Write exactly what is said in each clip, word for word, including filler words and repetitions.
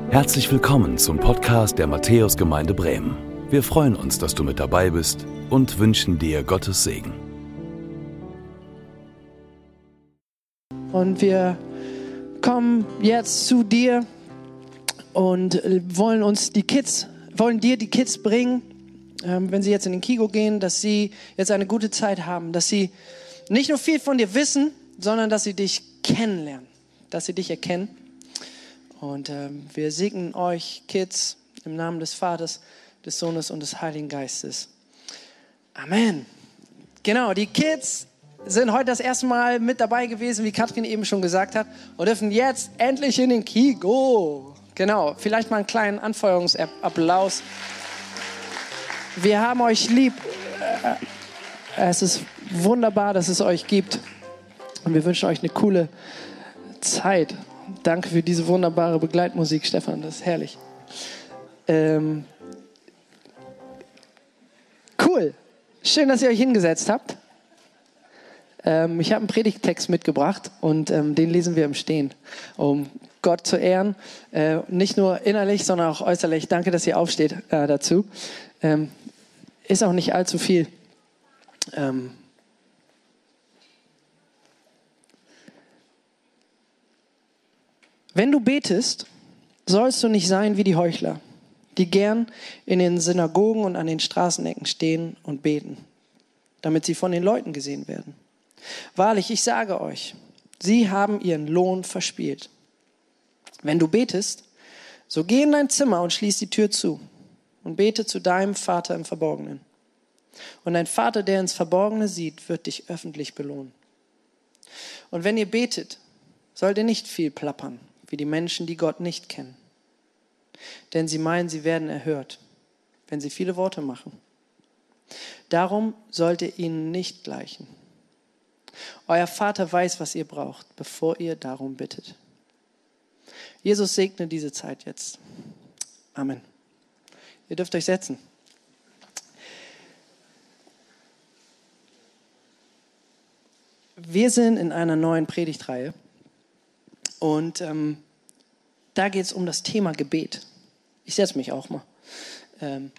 Herzlich willkommen zum Podcast der Matthäusgemeinde Bremen. Wir freuen uns, dass du mit dabei bist und wünschen dir Gottes Segen. Und wir kommen jetzt zu dir und wollen uns die Kids, wollen dir die Kids bringen, ähm, wenn sie jetzt in den Kigo gehen, dass sie jetzt eine gute Zeit haben, dass sie nicht nur viel von dir wissen, sondern dass sie dich kennenlernen, dass sie dich erkennen. Und ähm, wir segnen euch Kids im Namen des Vaters, des Sohnes und des Heiligen Geistes. Amen. Genau, die Kids sind heute das erste Mal mit dabei gewesen, wie Katrin eben schon gesagt hat, und dürfen jetzt endlich in den Kigo. Genau, vielleicht mal einen kleinen Anfeuerungsapplaus. Wir haben euch lieb. Es ist wunderbar, dass es euch gibt. Und wir wünschen euch eine coole Zeit. Danke für diese wunderbare Begleitmusik, Stefan, das ist herrlich. Ähm, cool, schön, dass ihr euch hingesetzt habt. Ähm, ich habe einen Predigttext mitgebracht und ähm, den lesen wir im Stehen, um Gott zu ehren. Äh, nicht nur innerlich, sondern auch äußerlich. Danke, dass ihr aufsteht äh, dazu. Ähm, ist auch nicht allzu viel. Ähm, Wenn du betest, sollst du nicht sein wie die Heuchler, die gern in den Synagogen und an den Straßenecken stehen und beten, damit sie von den Leuten gesehen werden. Wahrlich, ich sage euch, sie haben ihren Lohn verspielt. Wenn du betest, so geh in dein Zimmer und schließ die Tür zu und bete zu deinem Vater im Verborgenen. Und dein Vater, der ins Verborgene sieht, wird dich öffentlich belohnen. Und wenn ihr betet, sollt ihr nicht viel plappern, wie die Menschen, die Gott nicht kennen. Denn sie meinen, sie werden erhört, wenn sie viele Worte machen. Darum sollt ihr ihnen nicht gleichen. Euer Vater weiß, was ihr braucht, bevor ihr darum bittet. Jesus segne diese Zeit jetzt. Amen. Ihr dürft euch setzen. Wir sind in einer neuen Predigtreihe. Und ähm, da geht es um das Thema Gebet. Ich setze mich auch mal. Ähm,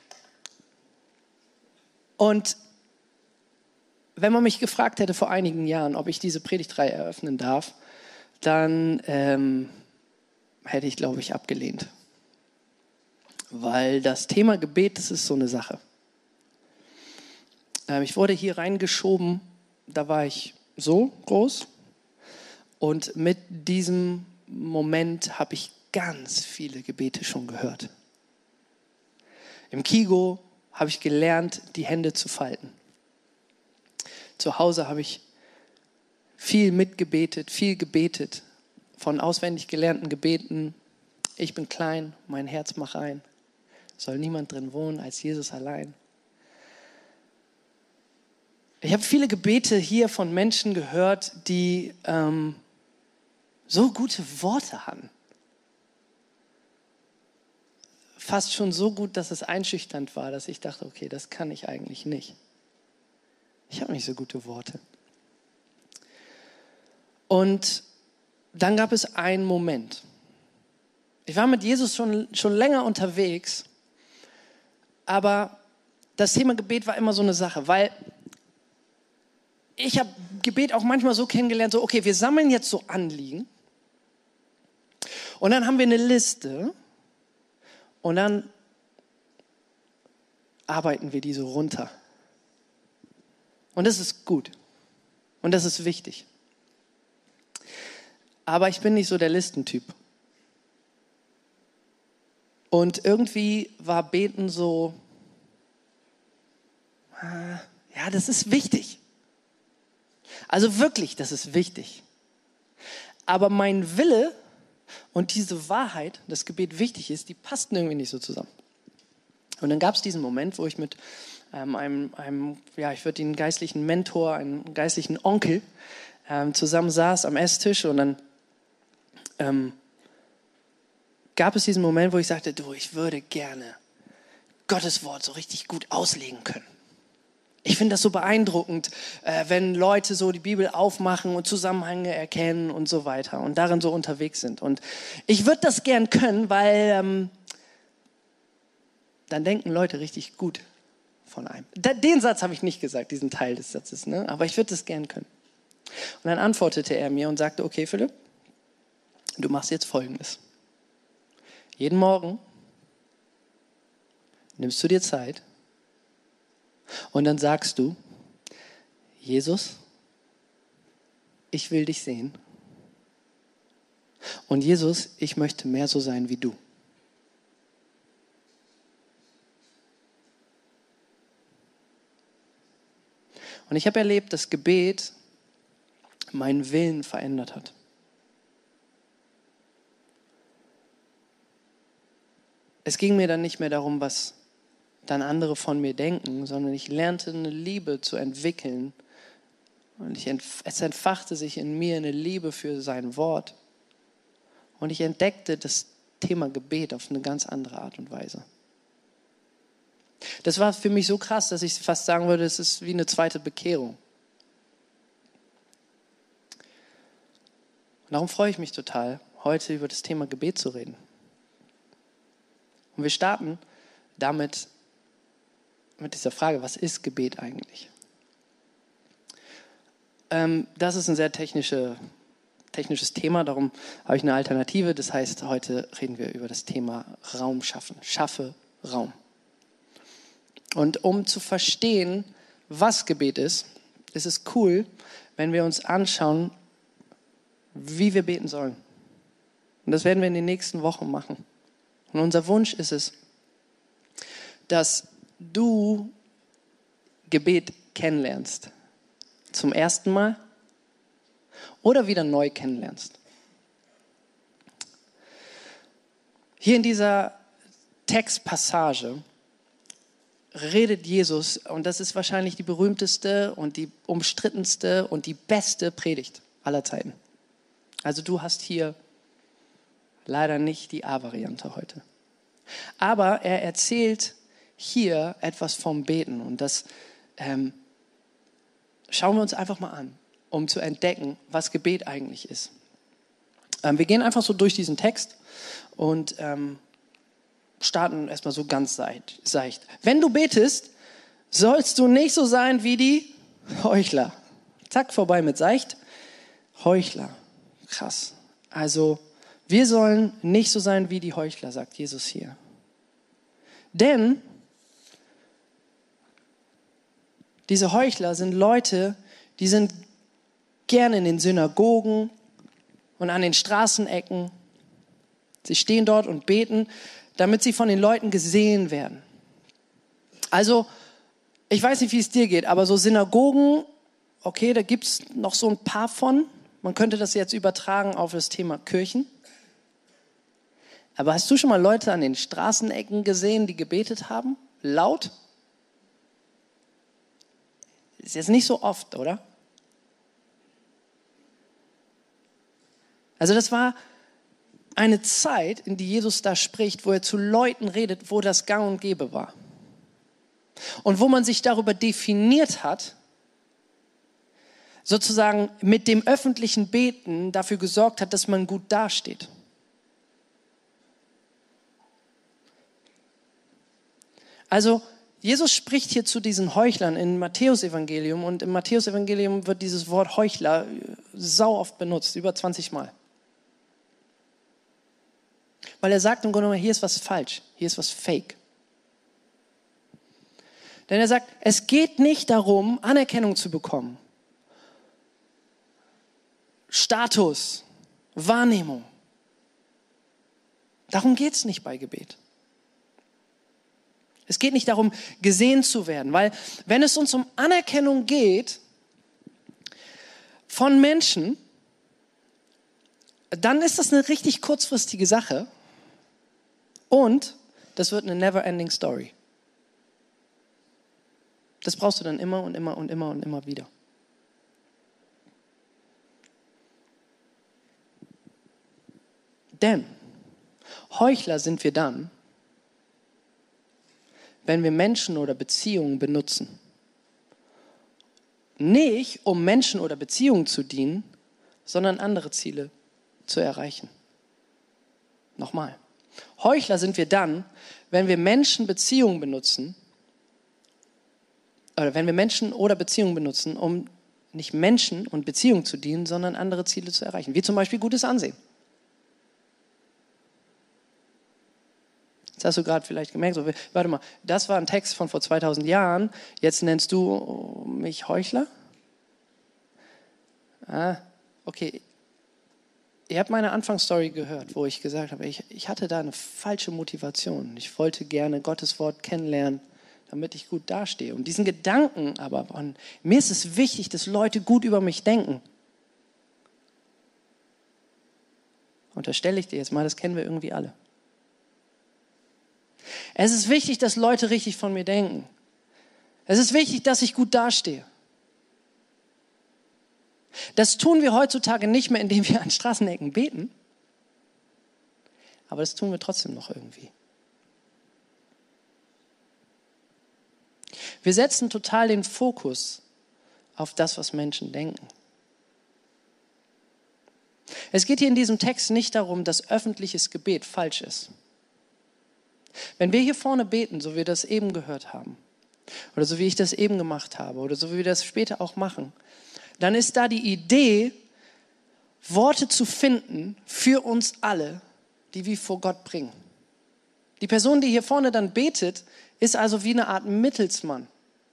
und wenn man mich gefragt hätte vor einigen Jahren, ob ich diese Predigtreihe eröffnen darf, dann ähm, hätte ich, glaube ich, abgelehnt. Weil das Thema Gebet, das ist so eine Sache. Ähm, ich wurde hier reingeschoben, da war ich so groß. Und mit diesem Moment habe ich ganz viele Gebete schon gehört. Im Kigo habe ich gelernt, die Hände zu falten. Zu Hause habe ich viel mitgebetet, viel gebetet. Von auswendig gelernten Gebeten. Ich bin klein, mein Herz mach rein. Soll niemand drin wohnen als Jesus allein. Ich habe viele Gebete hier von Menschen gehört, die ähm, so gute Worte haben. Fast schon so gut, dass es einschüchternd war, dass ich dachte, okay, das kann ich eigentlich nicht. Ich habe nicht so gute Worte. Und dann gab es einen Moment. Ich war mit Jesus schon, schon länger unterwegs, aber das Thema Gebet war immer so eine Sache, weil ich habe Gebet auch manchmal so kennengelernt, so okay, wir sammeln jetzt so Anliegen. Und dann haben wir eine Liste und dann arbeiten wir die so runter. Und das ist gut und das ist wichtig. Aber ich bin nicht so der Listentyp. Und irgendwie war Beten so, ja, das ist wichtig. Also wirklich, das ist wichtig. Aber mein Wille und diese Wahrheit, dass Gebet wichtig ist, die passten irgendwie nicht so zusammen. Und dann gab es diesen Moment, wo ich mit ähm, einem, einem, ja, ich würde ihn geistlichen Mentor, einem geistlichen Onkel ähm, zusammen saß am Esstisch und dann ähm, gab es diesen Moment, wo ich sagte, du, ich würde gerne Gottes Wort so richtig gut auslegen können. Ich finde das so beeindruckend, äh, wenn Leute so die Bibel aufmachen und Zusammenhänge erkennen und so weiter und darin so unterwegs sind. Und ich würde das gern können, weil ähm, dann denken Leute richtig gut von einem. Da, den Satz habe ich nicht gesagt, diesen Teil des Satzes, ne? Aber ich würde das gern können. Und dann antwortete er mir und sagte, okay Philipp, du machst jetzt Folgendes. Jeden Morgen nimmst du dir Zeit und dann sagst du, Jesus, ich will dich sehen. Und Jesus, ich möchte mehr so sein wie du. Und ich habe erlebt, dass Gebet meinen Willen verändert hat. Es ging mir dann nicht mehr darum, was dann andere von mir denken, sondern ich lernte eine Liebe zu entwickeln. Und ich entf- es entfachte sich in mir eine Liebe für sein Wort. Und ich entdeckte das Thema Gebet auf eine ganz andere Art und Weise. Das war für mich so krass, dass ich fast sagen würde, es ist wie eine zweite Bekehrung. Und darum freue ich mich total, heute über das Thema Gebet zu reden. Und wir starten damit, mit dieser Frage, was ist Gebet eigentlich? Ähm, das ist ein sehr technische, technisches Thema, darum habe ich eine Alternative. Das heißt, heute reden wir über das Thema Raum schaffen. Schaffe Raum. Und um zu verstehen, was Gebet ist, ist es cool, wenn wir uns anschauen, wie wir beten sollen. Und das werden wir in den nächsten Wochen machen. Und unser Wunsch ist es, dass du Gebet kennenlernst. Zum ersten Mal oder wieder neu kennenlernst. Hier in dieser Textpassage redet Jesus, und das ist wahrscheinlich die berühmteste und die umstrittenste und die beste Predigt aller Zeiten. Also du hast hier leider nicht die A-Variante heute. Aber er erzählt hier etwas vom Beten und das ähm, schauen wir uns einfach mal an, um zu entdecken, was Gebet eigentlich ist. Ähm, wir gehen einfach so durch diesen Text und ähm, starten erstmal so ganz seicht. Wenn du betest, sollst du nicht so sein wie die Heuchler. Zack, vorbei mit seicht. Heuchler. Krass. Also, wir sollen nicht so sein wie die Heuchler, sagt Jesus hier. Denn diese Heuchler sind Leute, die sind gerne in den Synagogen und an den Straßenecken. Sie stehen dort und beten, damit sie von den Leuten gesehen werden. Also, ich weiß nicht, wie es dir geht, aber so Synagogen, okay, da gibt es noch so ein paar von. Man könnte das jetzt übertragen auf das Thema Kirchen. Aber hast du schon mal Leute an den Straßenecken gesehen, die gebetet haben? Laut? Ist jetzt nicht so oft, oder? Also das war eine Zeit, in die Jesus da spricht, wo er zu Leuten redet, wo das gang und gäbe war. Und wo man sich darüber definiert hat, sozusagen mit dem öffentlichen Beten dafür gesorgt hat, dass man gut dasteht. Also Jesus spricht hier zu diesen Heuchlern im Matthäus-Evangelium und im Matthäus-Evangelium wird dieses Wort Heuchler sau oft benutzt, über zwanzig Mal. Weil er sagt im Grunde genommen, hier ist was falsch, hier ist was fake. Denn er sagt, es geht nicht darum, Anerkennung zu bekommen. Status, Wahrnehmung. Darum geht es nicht bei Gebet. Es geht nicht darum, gesehen zu werden, weil wenn es uns um Anerkennung geht von Menschen, dann ist das eine richtig kurzfristige Sache und das wird eine never-ending Story. Das brauchst du dann immer und immer und immer und immer wieder. Denn Heuchler sind wir dann, wenn wir Menschen oder Beziehungen benutzen, nicht, um Menschen oder Beziehungen zu dienen, sondern andere Ziele zu erreichen. Nochmal. Heuchler sind wir dann, wenn wir Menschen Beziehungen benutzen, oder wenn wir Menschen oder Beziehungen benutzen, um nicht Menschen und Beziehungen zu dienen, sondern andere Ziele zu erreichen. Wie zum Beispiel gutes Ansehen. Das hast du gerade vielleicht gemerkt. So, warte mal, das war ein Text von vor zweitausend Jahren. Jetzt nennst du mich Heuchler? Ah, okay. Ihr habt meine Anfangsstory gehört, wo ich gesagt habe, ich, ich hatte da eine falsche Motivation. Ich wollte gerne Gottes Wort kennenlernen, damit ich gut dastehe. Und diesen Gedanken aber, von, mir ist es wichtig, dass Leute gut über mich denken. Und da stelle ich dir jetzt mal, das kennen wir irgendwie alle. Es ist wichtig, dass Leute richtig von mir denken. Es ist wichtig, dass ich gut dastehe. Das tun wir heutzutage nicht mehr, indem wir an Straßenecken beten. Aber das tun wir trotzdem noch irgendwie. Wir setzen total den Fokus auf das, was Menschen denken. Es geht hier in diesem Text nicht darum, dass öffentliches Gebet falsch ist. Wenn wir hier vorne beten, so wie wir das eben gehört haben, oder so wie ich das eben gemacht habe, oder so wie wir das später auch machen, dann ist da die Idee, Worte zu finden für uns alle, die wir vor Gott bringen. Die Person, die hier vorne dann betet, ist also wie eine Art Mittelsmann.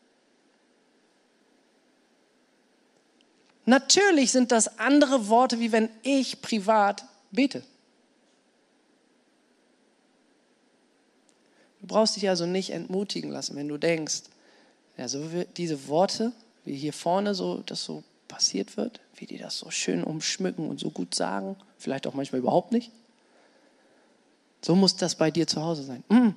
Natürlich sind das andere Worte, wie wenn ich privat bete. Du brauchst dich also nicht entmutigen lassen, wenn du denkst, ja, so wie diese Worte, wie hier vorne so, das so passiert wird, wie die das so schön umschmücken und so gut sagen, vielleicht auch manchmal überhaupt nicht. So muss das bei dir zu Hause sein. Mm.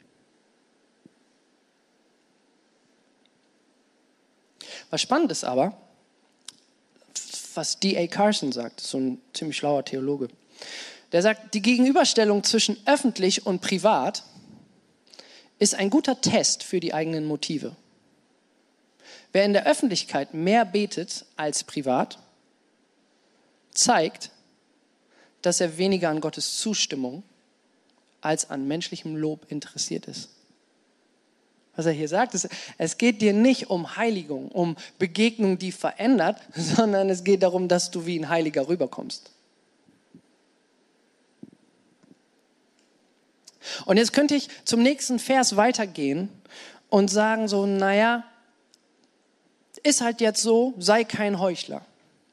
Was spannend ist aber, was D A Carson sagt, so ein ziemlich schlauer Theologe, der sagt, die Gegenüberstellung zwischen öffentlich und privat ist ein guter Test für die eigenen Motive. Wer in der Öffentlichkeit mehr betet als privat, zeigt, dass er weniger an Gottes Zustimmung als an menschlichem Lob interessiert ist. Was er hier sagt, ist, es geht dir nicht um Heiligung, um Begegnung, die verändert, sondern es geht darum, dass du wie ein Heiliger rüberkommst. Und jetzt könnte ich zum nächsten Vers weitergehen und sagen so, naja, ist halt jetzt so, sei kein Heuchler.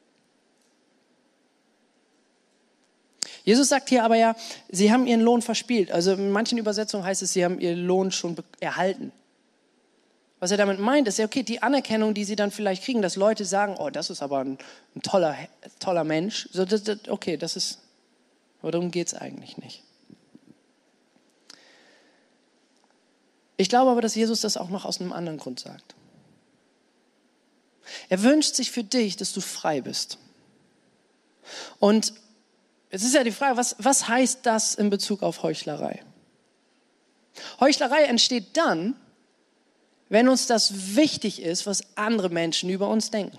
Jesus sagt hier aber ja, sie haben ihren Lohn verspielt. Also in manchen Übersetzungen heißt es, sie haben ihren Lohn schon erhalten. Was er damit meint, ist ja, okay, die Anerkennung, die sie dann vielleicht kriegen, dass Leute sagen, oh, das ist aber ein, ein toller, toller Mensch. So, das, das, okay, das ist, aber darum geht es eigentlich nicht. Ich glaube aber, dass Jesus das auch noch aus einem anderen Grund sagt. Er wünscht sich für dich, dass du frei bist. Und es ist ja die Frage, was, was heißt das in Bezug auf Heuchlerei? Heuchlerei entsteht dann, wenn uns das wichtig ist, was andere Menschen über uns denken.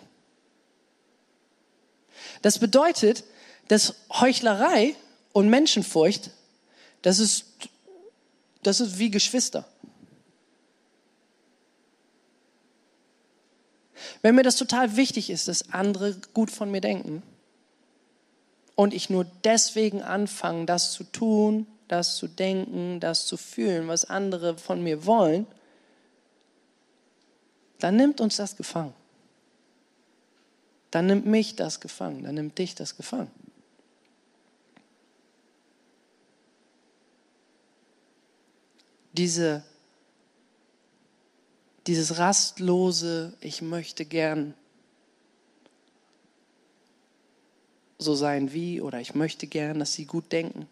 Das bedeutet, dass Heuchlerei und Menschenfurcht, das ist, das ist wie Geschwister. Wenn mir das total wichtig ist, dass andere gut von mir denken und ich nur deswegen anfange, das zu tun, das zu denken, das zu fühlen, was andere von mir wollen, dann nimmt uns das gefangen. Dann nimmt mich das gefangen, dann nimmt dich das gefangen. Diese Dieses rastlose, ich möchte gern so sein wie, oder ich möchte gern, dass sie gut denken.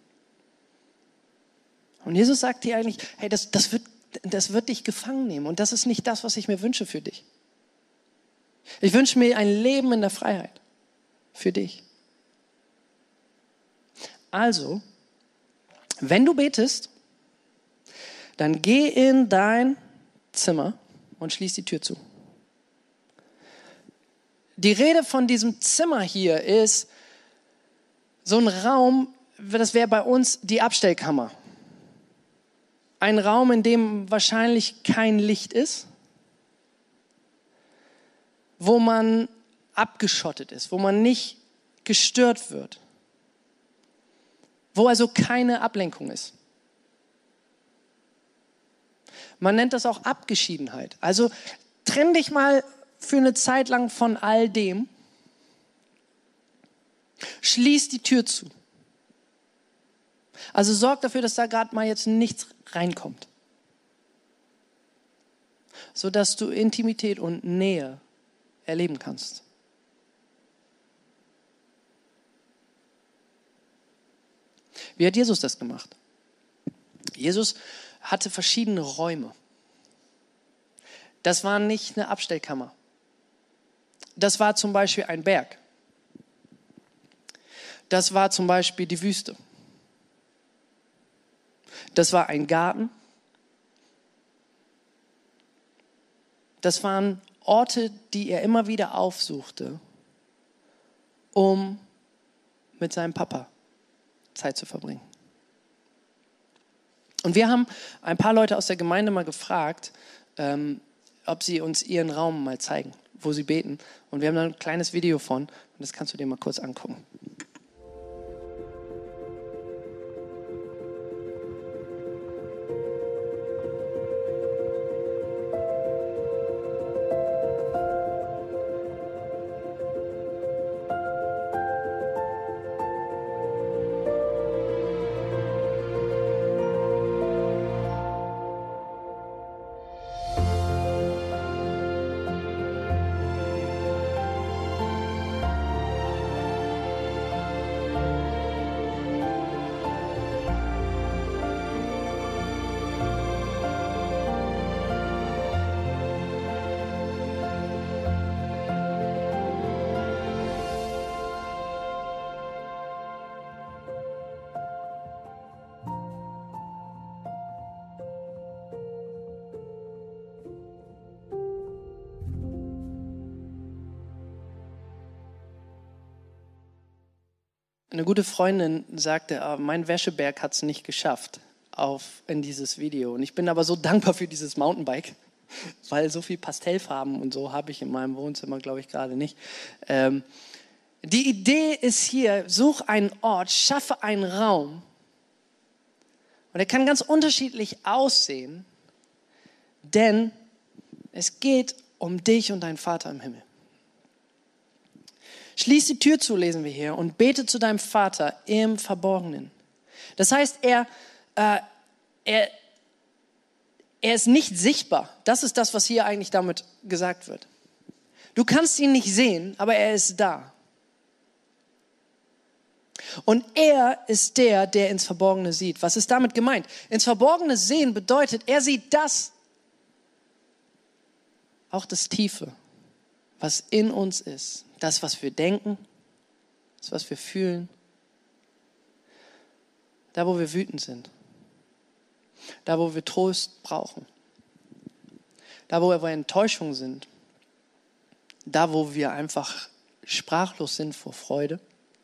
Und Jesus sagt hier eigentlich, hey, das, das, wird, das wird dich gefangen nehmen. Und das ist nicht das, was ich mir wünsche für dich. Ich wünsche mir ein Leben in der Freiheit für dich. Also, wenn du betest, dann geh in dein Zimmer und schließ die Tür zu. Die Rede von diesem Zimmer hier ist so ein Raum, das wäre bei uns die Abstellkammer. Ein Raum, in dem wahrscheinlich kein Licht ist, wo man abgeschottet ist, wo man nicht gestört wird, wo also keine Ablenkung ist. Man nennt das auch Abgeschiedenheit. Also trenn dich mal für eine Zeit lang von all dem. Schließ die Tür zu. Also sorg dafür, dass da gerade mal jetzt nichts reinkommt. Sodass du Intimität und Nähe erleben kannst. Wie hat Jesus das gemacht? Jesus hatte verschiedene Räume. Das war nicht eine Abstellkammer. Das war zum Beispiel ein Berg. Das war zum Beispiel die Wüste. Das war ein Garten. Das waren Orte, die er immer wieder aufsuchte, um mit seinem Papa Zeit zu verbringen. Und wir haben ein paar Leute aus der Gemeinde mal gefragt, ähm, ob sie uns ihren Raum mal zeigen, wo sie beten. Und wir haben da ein kleines Video von, und das kannst du dir mal kurz angucken. Eine gute Freundin sagte, oh, mein Wäscheberg hat es nicht geschafft auf, in dieses Video. Und ich bin aber so dankbar für dieses Mountainbike, weil so viel Pastellfarben und so habe ich in meinem Wohnzimmer, glaube ich, gerade nicht. Ähm, die Idee ist hier, such einen Ort, schaffe einen Raum. Und er kann ganz unterschiedlich aussehen, denn es geht um dich und deinen Vater im Himmel. Schließ die Tür zu, lesen wir hier, und bete zu deinem Vater im Verborgenen. Das heißt, er, äh, er, er ist nicht sichtbar. Das ist das, was hier eigentlich damit gesagt wird. Du kannst ihn nicht sehen, aber er ist da. Und er ist der, der ins Verborgene sieht. Was ist damit gemeint? Ins Verborgene sehen bedeutet, er sieht das, auch das Tiefe, was in uns ist. Das, was wir denken, das, was wir fühlen, da, wo wir wütend sind, da, wo wir Trost brauchen, da, wo wir Enttäuschung sind, da, wo wir einfach sprachlos sind vor Freude,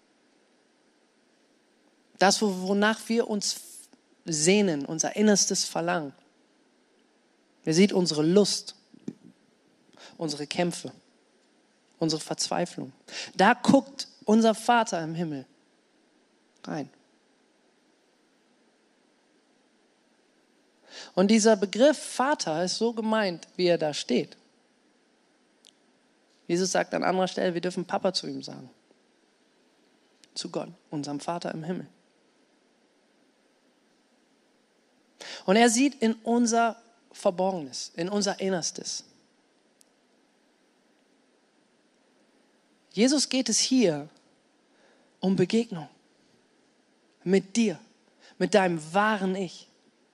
das, wonach wir uns sehnen, unser innerstes Verlangen. Er sieht unsere Lust, unsere Kämpfe, unsere Verzweiflung. Da guckt unser Vater im Himmel rein. Und dieser Begriff Vater ist so gemeint, wie er da steht. Jesus sagt an anderer Stelle, wir dürfen Papa zu ihm sagen. Zu Gott, unserem Vater im Himmel. Und er sieht in unser Verborgenes, in unser Innerstes. Jesus geht es hier um Begegnung mit dir, mit deinem wahren Ich.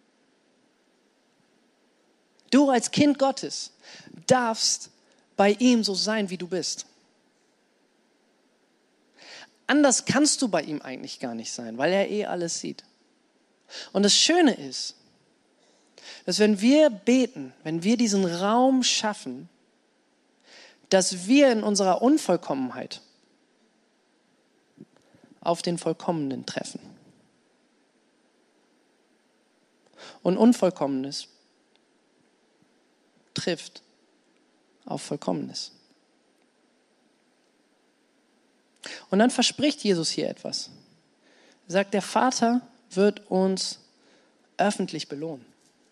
Du als Kind Gottes darfst bei ihm so sein, wie du bist. Anders kannst du bei ihm eigentlich gar nicht sein, weil er eh alles sieht. Und das Schöne ist, dass wenn wir beten, wenn wir diesen Raum schaffen, dass wir in unserer Unvollkommenheit auf den Vollkommenen treffen. Und Unvollkommenes trifft auf Vollkommenes. Und dann verspricht Jesus hier etwas. Er sagt, der Vater wird uns öffentlich belohnen.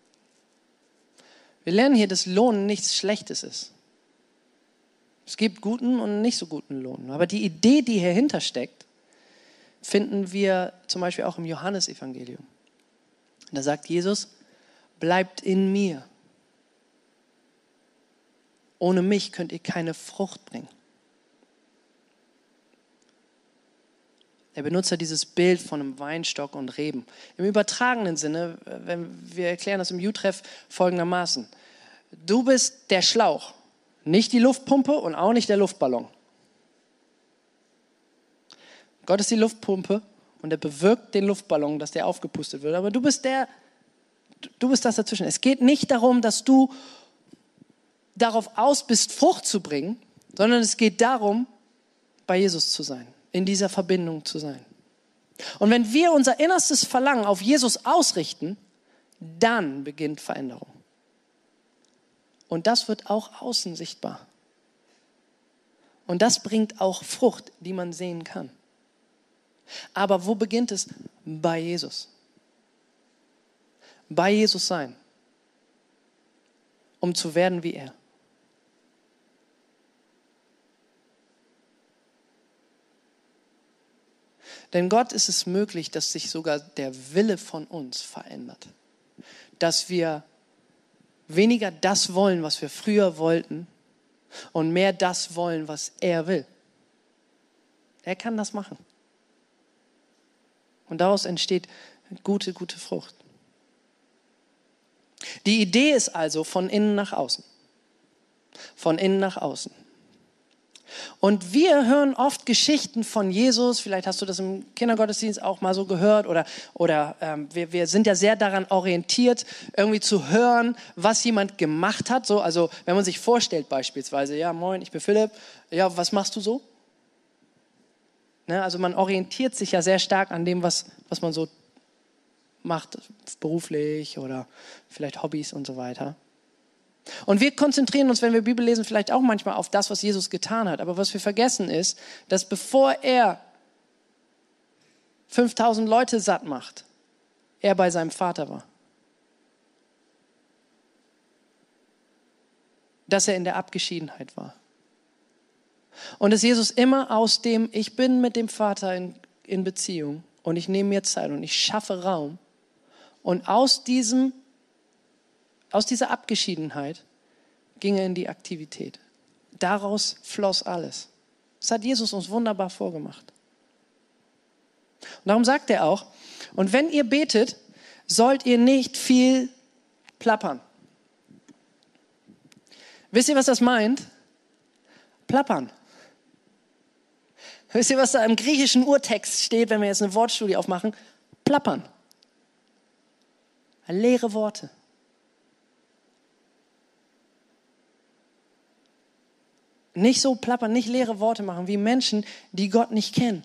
Wir lernen hier, dass Lohn nichts Schlechtes ist. Es gibt guten und nicht so guten Lohn. Aber die Idee, die hier hinter steckt, finden wir zum Beispiel auch im Johannesevangelium. Da sagt Jesus, bleibt in mir. Ohne mich könnt ihr keine Frucht bringen. Er benutzt ja dieses Bild von einem Weinstock und Reben. Im übertragenen Sinne, wenn wir erklären das im U-Treff folgendermaßen. Du bist der Schlauch, nicht die Luftpumpe und auch nicht der Luftballon. Gott ist die Luftpumpe und er bewirkt den Luftballon, dass der aufgepustet wird. Aber du bist der, du bist das dazwischen. Es geht nicht darum, dass du darauf aus bist, Frucht zu bringen, sondern es geht darum, bei Jesus zu sein, in dieser Verbindung zu sein. Und wenn wir unser innerstes Verlangen auf Jesus ausrichten, dann beginnt Veränderung. Und das wird auch außen sichtbar. Und das bringt auch Frucht, die man sehen kann. Aber wo beginnt es? Bei Jesus. Bei Jesus sein. Um zu werden wie er. Denn Gott ist es möglich, dass sich sogar der Wille von uns verändert. Dass wir weniger das wollen, was wir früher wollten und mehr das wollen, was er will. Er kann das machen. Und daraus entsteht gute, gute Frucht. Die Idee ist also von innen nach außen. Von innen nach außen. Und wir hören oft Geschichten von Jesus, vielleicht hast du das im Kindergottesdienst auch mal so gehört, oder, oder ähm, wir, wir sind ja sehr daran orientiert, irgendwie zu hören, was jemand gemacht hat. So, also wenn man sich vorstellt beispielsweise, ja moin, ich bin Philipp, ja was machst du so? Ne, also man orientiert sich ja sehr stark an dem, was, was man so macht, beruflich oder vielleicht Hobbys und so weiter. Und wir konzentrieren uns, wenn wir Bibel lesen, vielleicht auch manchmal auf das, was Jesus getan hat. Aber was wir vergessen ist, dass bevor er fünftausend Leute satt macht, er bei seinem Vater war. Dass er in der Abgeschiedenheit war. Und dass Jesus immer aus dem, ich bin mit dem Vater in, in Beziehung und ich nehme mir Zeit und ich schaffe Raum. Und aus diesem Aus dieser Abgeschiedenheit ging er in die Aktivität. Daraus floss alles. Das hat Jesus uns wunderbar vorgemacht. Und darum sagt er auch, und wenn ihr betet, sollt ihr nicht viel plappern. Wisst ihr, was das meint? Plappern. Wisst ihr, was da im griechischen Urtext steht, wenn wir jetzt eine Wortstudie aufmachen? Plappern. Leere Worte. Nicht so plappern, nicht leere Worte machen, wie Menschen, die Gott nicht kennen.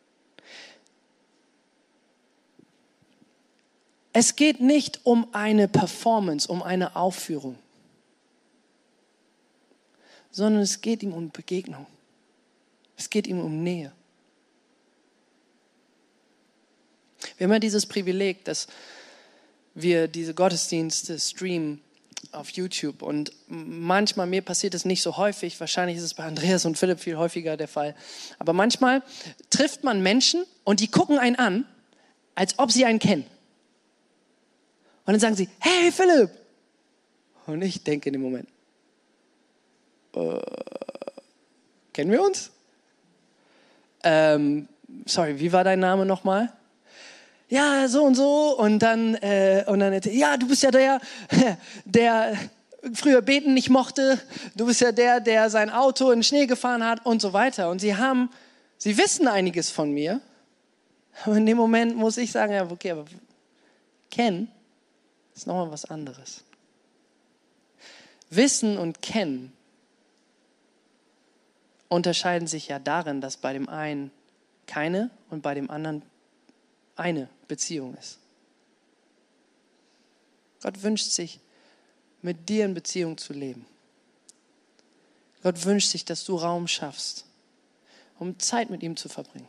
Es geht nicht um eine Performance, um eine Aufführung, sondern es geht ihm um Begegnung. Es geht ihm um Nähe. Wir haben ja dieses Privileg, dass wir diese Gottesdienste streamen auf YouTube und manchmal, mir passiert es nicht so häufig, wahrscheinlich ist es bei Andreas und Philipp viel häufiger der Fall, aber manchmal trifft man Menschen und die gucken einen an, als ob sie einen kennen. Und dann sagen sie, hey Philipp! Und ich denke in dem Moment, äh, kennen wir uns? Ähm, sorry, wie war dein Name nochmal? Ja, so und so. Und dann, äh, und dann, ja, du bist ja der, der früher beten nicht mochte. Du bist ja der, der sein Auto in den Schnee gefahren hat und so weiter. Und sie haben, sie wissen einiges von mir. Aber in dem Moment muss ich sagen, ja, okay, aber kennen ist nochmal was anderes. Wissen und kennen unterscheiden sich ja darin, dass bei dem einen keine und bei dem anderen eine Beziehung ist. Gott wünscht sich, mit dir in Beziehung zu leben. Gott wünscht sich, dass du Raum schaffst, um Zeit mit ihm zu verbringen.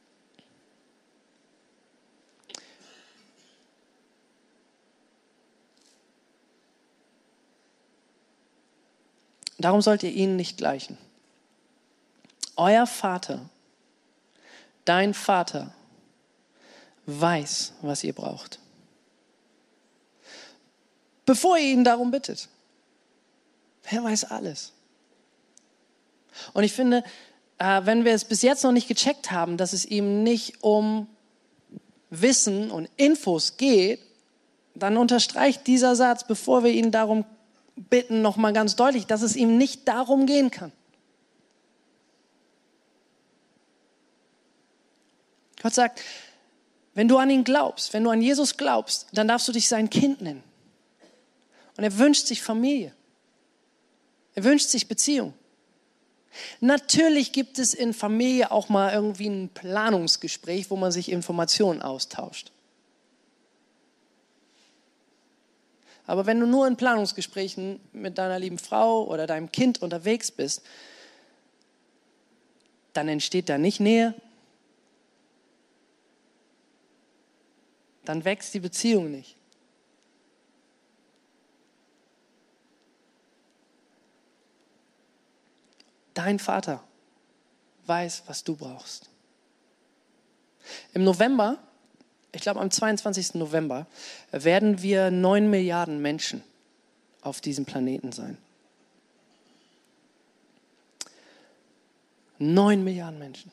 Darum sollt ihr ihnen nicht gleichen. Euer Vater, dein Vater, weiß, was ihr braucht, bevor ihr ihn darum bittet. Er weiß alles. Und ich finde, wenn wir es bis jetzt noch nicht gecheckt haben, dass es ihm nicht um Wissen und Infos geht, dann unterstreicht dieser Satz, bevor wir ihn darum bitten, nochmal ganz deutlich, dass es ihm nicht darum gehen kann. Gott sagt, wenn du an ihn glaubst, wenn du an Jesus glaubst, dann darfst du dich sein Kind nennen. Und er wünscht sich Familie. Er wünscht sich Beziehung. Natürlich gibt es in Familie auch mal irgendwie ein Planungsgespräch, wo man sich Informationen austauscht. Aber wenn du nur in Planungsgesprächen mit deiner lieben Frau oder deinem Kind unterwegs bist, dann entsteht da nicht Nähe. Dann wächst die Beziehung nicht. Dein Vater weiß, was du brauchst. Im November, ich glaube am zweiundzwanzigsten November, werden wir neun Milliarden Menschen auf diesem Planeten sein. Neun Milliarden Menschen.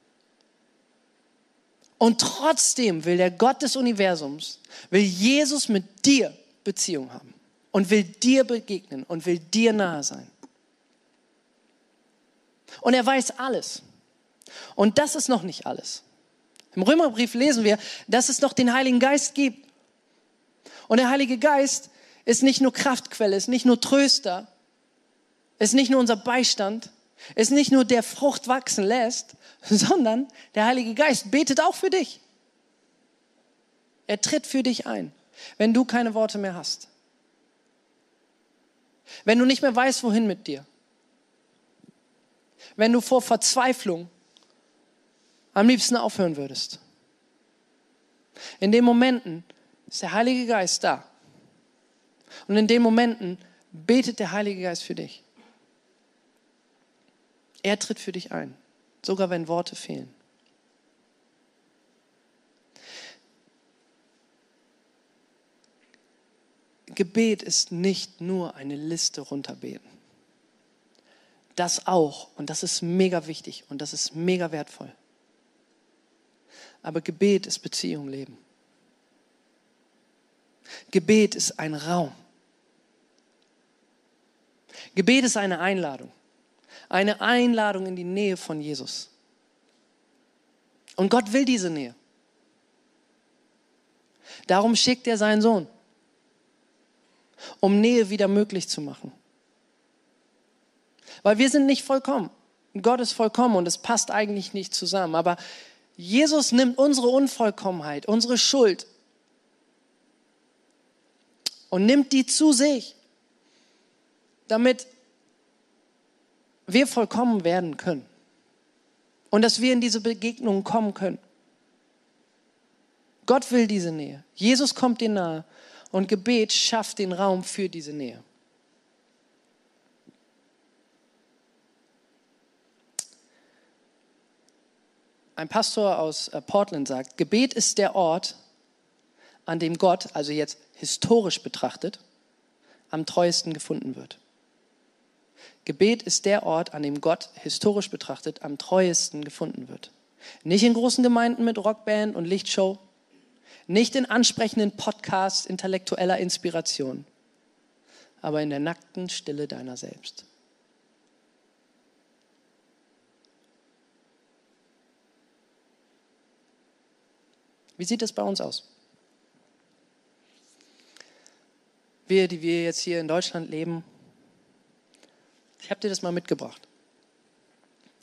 Und trotzdem will der Gott des Universums, will Jesus mit dir Beziehung haben und will dir begegnen und will dir nahe sein. Und er weiß alles. Und das ist noch nicht alles. Im Römerbrief lesen wir, dass es noch den Heiligen Geist gibt. Und der Heilige Geist ist nicht nur Kraftquelle, ist nicht nur Tröster, ist nicht nur unser Beistand, ist nicht nur der Frucht wachsen lässt, sondern der Heilige Geist betet auch für dich. Er tritt für dich ein, wenn du keine Worte mehr hast. Wenn du nicht mehr weißt, wohin mit dir. Wenn du vor Verzweiflung am liebsten aufhören würdest. In den Momenten ist der Heilige Geist da. Und in den Momenten betet der Heilige Geist für dich. Er tritt für dich ein, sogar wenn Worte fehlen. Gebet ist nicht nur eine Liste runterbeten. Das auch, und das ist mega wichtig und das ist mega wertvoll. Aber Gebet ist Beziehung leben. Gebet ist ein Raum. Gebet ist eine Einladung. Eine Einladung in die Nähe von Jesus. Und Gott will diese Nähe. Darum schickt er seinen Sohn, um Nähe wieder möglich zu machen. Weil wir sind nicht vollkommen. Gott ist vollkommen und es passt eigentlich nicht zusammen. Aber Jesus nimmt unsere Unvollkommenheit, unsere Schuld und nimmt die zu sich, damit wir vollkommen werden können und dass wir in diese Begegnung kommen können. Gott will diese Nähe. Jesus kommt dir nahe und Gebet schafft den Raum für diese Nähe. Ein Pastor aus Portland sagt, Gebet ist der Ort, an dem Gott, also jetzt historisch betrachtet, am treuesten gefunden wird. Gebet ist der Ort, an dem Gott historisch betrachtet am treuesten gefunden wird. Nicht in großen Gemeinden mit Rockband und Lichtshow, nicht in ansprechenden Podcasts intellektueller Inspiration, aber in der nackten Stille deiner selbst. Wie sieht es bei uns aus? Wir, die wir jetzt hier in Deutschland leben, ich habe dir das mal mitgebracht.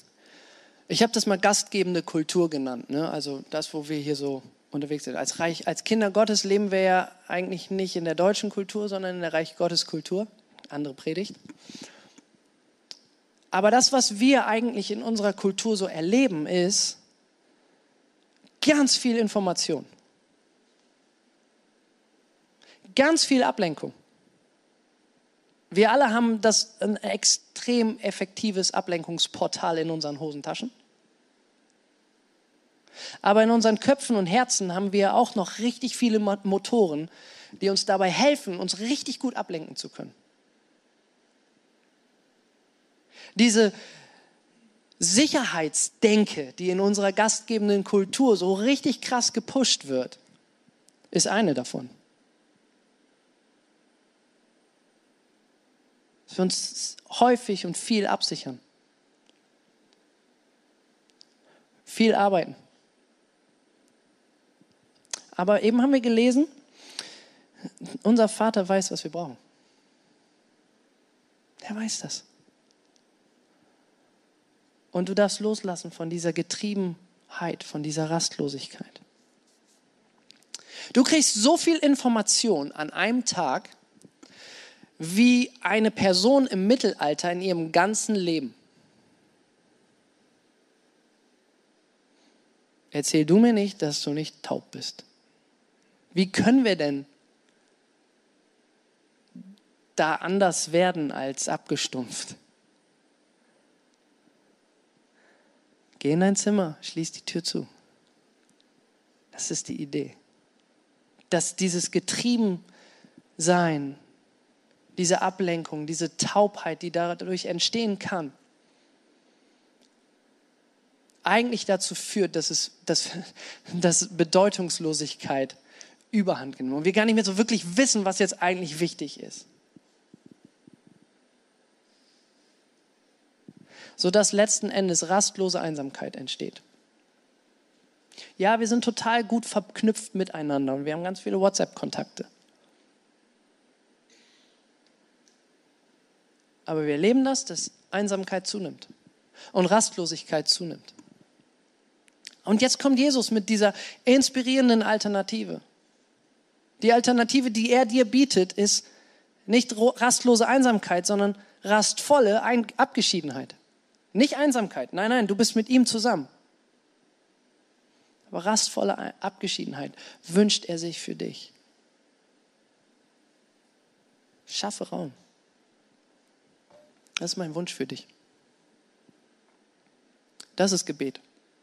Ich habe das mal gastgebende Kultur genannt, ne? Also das, wo wir hier so unterwegs sind. Als, Reich, als Kinder Gottes leben wir ja eigentlich nicht in der deutschen Kultur, sondern in der Reich Gottes Kultur. Andere Predigt. Aber das, was wir eigentlich in unserer Kultur so erleben, ist ganz viel Information. Ganz viel Ablenkung. Wir alle haben das ein extrem effektives Ablenkungsportal in unseren Hosentaschen. Aber in unseren Köpfen und Herzen haben wir auch noch richtig viele Motoren, die uns dabei helfen, uns richtig gut ablenken zu können. Diese Sicherheitsdenke, die in unserer gastgebenden Kultur so richtig krass gepusht wird, ist eine davon. Dass wir uns häufig und viel absichern. Viel arbeiten. Aber eben haben wir gelesen, unser Vater weiß, was wir brauchen. Er weiß das. Und du darfst loslassen von dieser Getriebenheit, von dieser Rastlosigkeit. Du kriegst so viel Information an einem Tag, wie eine Person im Mittelalter in ihrem ganzen Leben. Erzähl du mir nicht, dass du nicht taub bist. Wie können wir denn da anders werden als abgestumpft? Geh in dein Zimmer, schließ die Tür zu. Das ist die Idee. Dass dieses Getriebensein, diese Ablenkung, diese Taubheit, die dadurch entstehen kann, eigentlich dazu führt, dass, es, dass, dass Bedeutungslosigkeit Überhand genommen und wir gar nicht mehr so wirklich wissen, was jetzt eigentlich wichtig ist. Sodass letzten Endes rastlose Einsamkeit entsteht. Ja, wir sind total gut verknüpft miteinander und wir haben ganz viele WhatsApp-Kontakte. Aber wir erleben das, dass Einsamkeit zunimmt und Rastlosigkeit zunimmt. Und jetzt kommt Jesus mit dieser inspirierenden Alternative. Die Alternative, die er dir bietet, ist nicht rastlose Einsamkeit, sondern rastvolle Ein- Abgeschiedenheit. Nicht Einsamkeit, nein, nein, du bist mit ihm zusammen. Aber rastvolle Abgeschiedenheit wünscht er sich für dich. Schaffe Raum. Das ist mein Wunsch für dich. Das ist Gebet.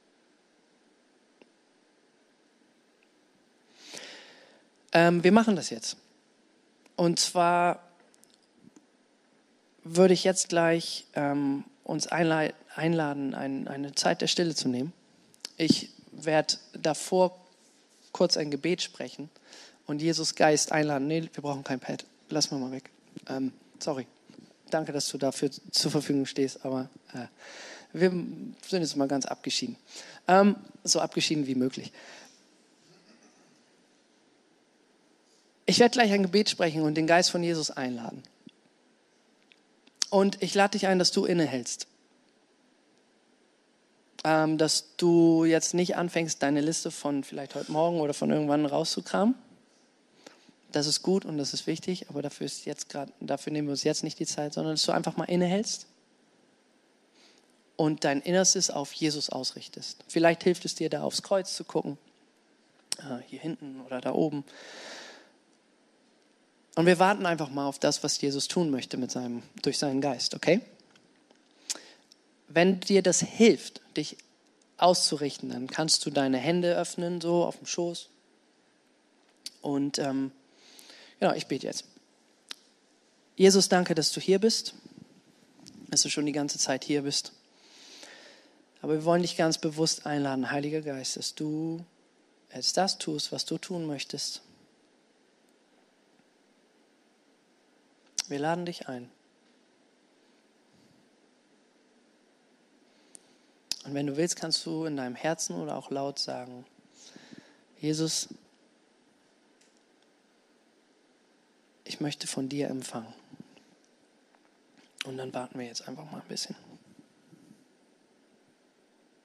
Ähm, wir machen das jetzt. Und zwar würde ich jetzt gleich ähm, uns einla- einladen, ein, eine Zeit der Stille zu nehmen. Ich werde davor kurz ein Gebet sprechen und Jesus Geist einladen. Nee, wir brauchen kein Pad. Lass mal mal weg. Ähm, sorry. Danke, dass du dafür zur Verfügung stehst, aber äh, wir sind jetzt mal ganz abgeschieden. Ähm, so abgeschieden wie möglich. Ich werde gleich ein Gebet sprechen und den Geist von Jesus einladen. Und ich lade dich ein, dass du innehältst. Ähm, dass du jetzt nicht anfängst, deine Liste von vielleicht heute Morgen oder von irgendwann rauszukramen. Das ist gut und das ist wichtig, aber dafür, ist jetzt grad, dafür nehmen wir uns jetzt nicht die Zeit, sondern dass du einfach mal innehältst und dein Innerstes auf Jesus ausrichtest. Vielleicht hilft es dir, da aufs Kreuz zu gucken, hier hinten oder da oben. Und wir warten einfach mal auf das, was Jesus tun möchte mit seinem, durch seinen Geist, okay? Wenn dir das hilft, dich auszurichten, dann kannst du deine Hände öffnen, so auf dem Schoß. Und ähm, genau, ich bete jetzt. Jesus, danke, dass du hier bist, dass du schon die ganze Zeit hier bist. Aber wir wollen dich ganz bewusst einladen, Heiliger Geist, dass du jetzt das tust, was du tun möchtest. Wir laden dich ein. Und wenn du willst, kannst du in deinem Herzen oder auch laut sagen, Jesus, ich möchte von dir empfangen. Und dann warten wir jetzt einfach mal ein bisschen.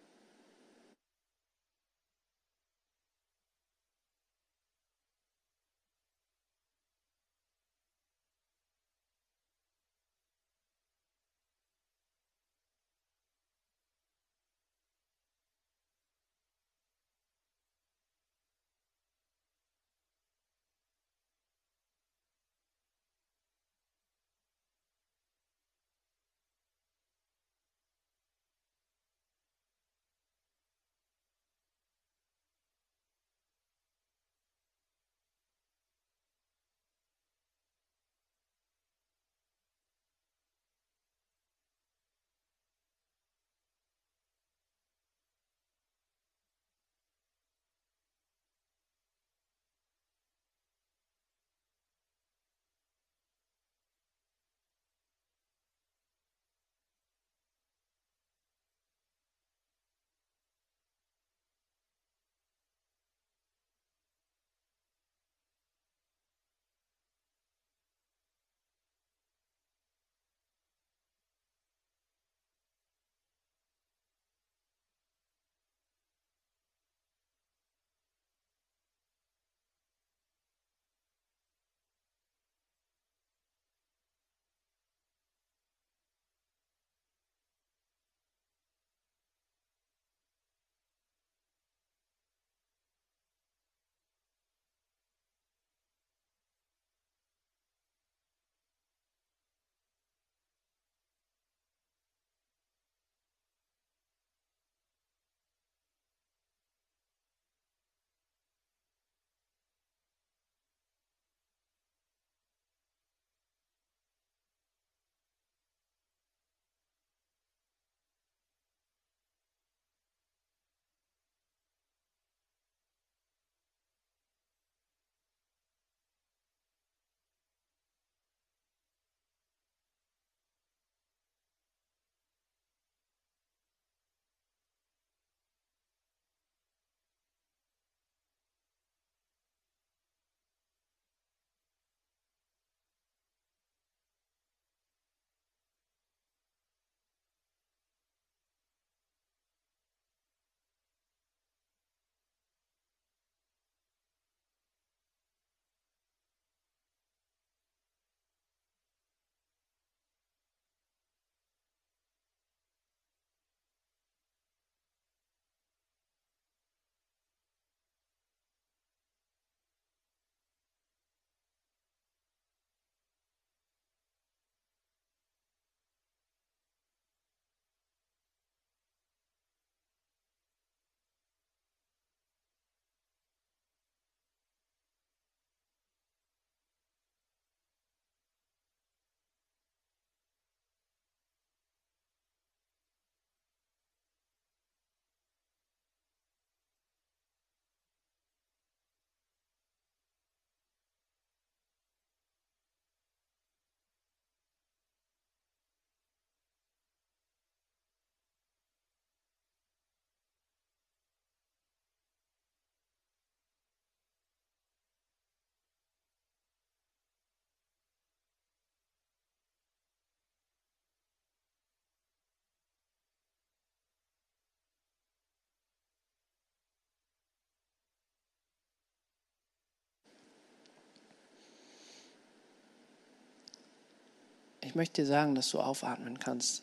möchte dir sagen, dass du aufatmen kannst.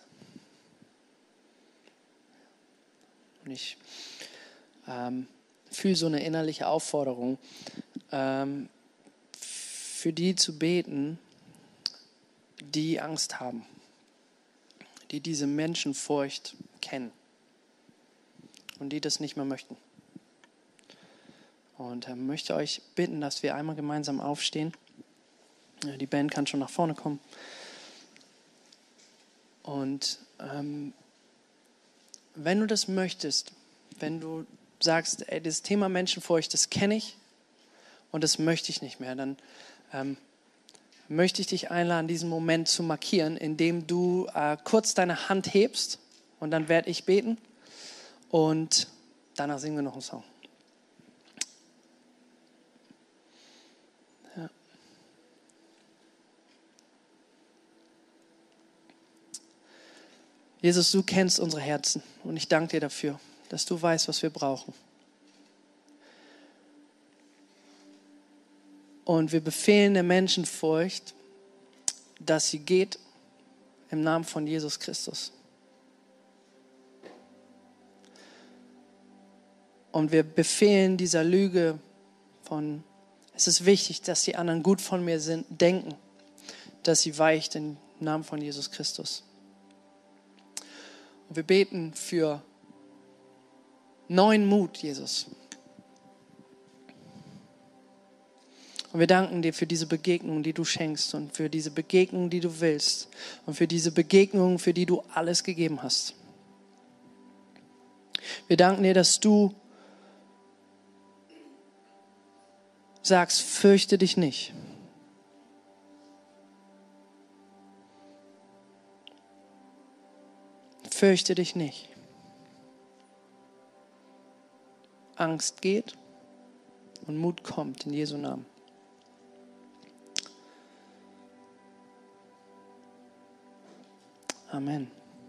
Und ich ähm, fühle so eine innerliche Aufforderung, ähm, für die zu beten, die Angst haben, die diese Menschenfurcht kennen und die das nicht mehr möchten. Und ich äh, möchte euch bitten, dass wir einmal gemeinsam aufstehen. Ja, die Band kann schon nach vorne kommen. Und ähm, wenn du das möchtest, wenn du sagst, ey, das Thema Menschenfurcht, das kenne ich und das möchte ich nicht mehr, dann ähm, möchte ich dich einladen, diesen Moment zu markieren, indem du äh, kurz deine Hand hebst und dann werde ich beten und danach singen wir noch einen Song. Ja. Jesus, du kennst unsere Herzen und ich danke dir dafür, dass du weißt, was wir brauchen. Und wir befehlen der Menschenfurcht, dass sie geht im Namen von Jesus Christus. Und wir befehlen dieser Lüge von, es ist wichtig, dass die anderen gut von mir sind, denken, dass sie weicht im Namen von Jesus Christus. Und wir beten für neuen Mut, Jesus. Und wir danken dir für diese Begegnung, die du schenkst und für diese Begegnung, die du willst und für diese Begegnung, für die du alles gegeben hast. Wir danken dir, dass du sagst, fürchte dich nicht. Fürchte dich nicht. Angst geht und Mut kommt in Jesu Namen. Amen.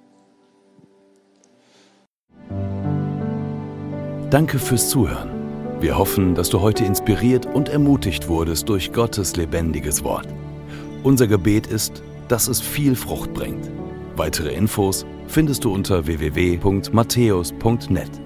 Danke fürs Zuhören. Wir hoffen, dass du heute inspiriert und ermutigt wurdest durch Gottes lebendiges Wort. Unser Gebet ist, dass es viel Frucht bringt. Weitere Infos findest du unter w w w punkt matthäus punkt net.